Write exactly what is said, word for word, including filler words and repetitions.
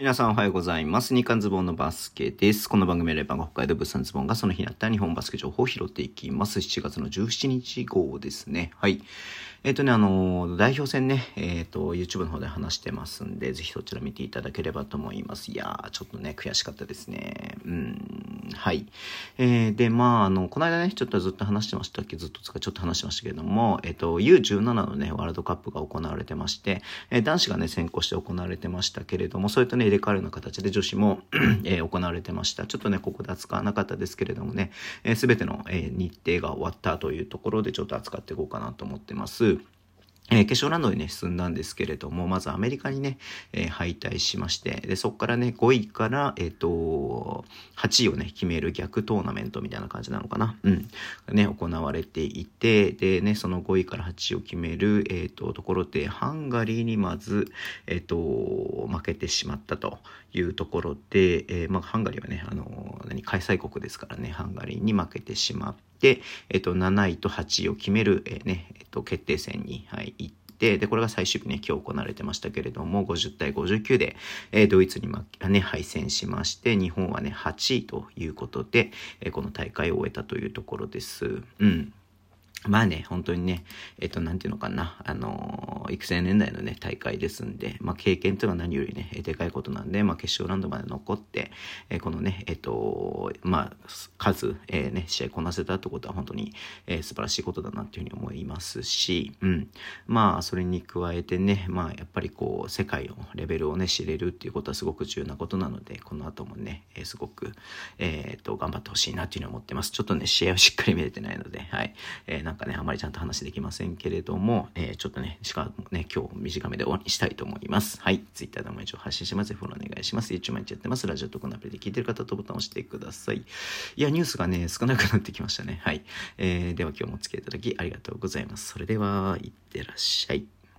皆さんおはようございます。日刊ズボンのバスケです。この番組はレバンが北海道物産ズボンがその日にあった日本バスケ情報を拾っていきます。しちがつのじゅうしちにち号ですね。はい。えっ、ー、とね、あのー、代表戦ね、えっ、ー、と、YouTube の方で話してますんで、ぜひそちら見ていただければと思います。いやー、ちょっとね、悔しかったですね。うん、はい。えー、で、まあ、あの、この間ね、ちょっとずっと話してましたっけ、ずっとつかちょっと話してましたけれども、えっ、ー、と、ユーじゅうなな のね、ワールドカップが行われてまして、えー、男子がね、先行して行われてましたけれども、それとね、入れ替わるような形で女子も、えー、行われてました。ちょっとね、ここで扱わなかったですけれどもね、すべ、えー、ての、えー、日程が終わったというところでちょっと扱っていこうかなと思ってます。えー、決勝ラウンドにね、進んだんですけれども、まずアメリカにね、えー、敗退しまして、で、そこからね、ごいから、えっと、はちいをね、決める逆トーナメントみたいな感じなのかな。うん。ね、行われていて、でね、そのごいからはちいを決める、えっと、ところで、ハンガリーにまず、えっと、負けてしまったというところで、えー、まあ、ハンガリーはね、あの、何、開催国ですからね、ハンガリーに負けてしまって、で、えっと、なないとはちいを決める、えー、ね、えっと、決定戦に、はい、行って、で、これが最終日ね、今日行われてましたけれども、ごじゅうたいごじゅうきゅうで、えー、ドイツに、ま、ね、敗戦しまして、日本はね、はちいということで、えー、この大会を終えたというところです。うん。まあね、本当にね、えっと、なんていうのかな、あのー、育成年代のね、大会ですんで、まあ、経験というのは何よりね、でかいことなんで、まあ、決勝ラウンドまで残って、えー、このね、えっと、まあ、数、えー、ね、試合こなせたってことは本当に、えー、素晴らしいことだなっていうふうに思いますし、うん。まあ、それに加えてね、まあ、やっぱりこう、世界のレベルをね、知れるっていうことはすごく重要なことなので、この後もね、えー、すごく、えっと、頑張ってほしいなっていうふうに思ってます。ちょっとね、試合をしっかり見れてないので、はい。えーなんかね、あまりちゃんと話できませんけれども、えー、ちょっとね、しかもね、今日短めで終わりにしたいと思います。はい。Twitter でも一応発信します。フォローお願いします。YouTube 毎日やってます。ラジオとこのアプリで聞いてる方とボタンを押してください。いや、ニュースがね、少なくなってきましたね。はい。えー、では今日もお付き合いいただきありがとうございます。それでは、いってらっしゃい。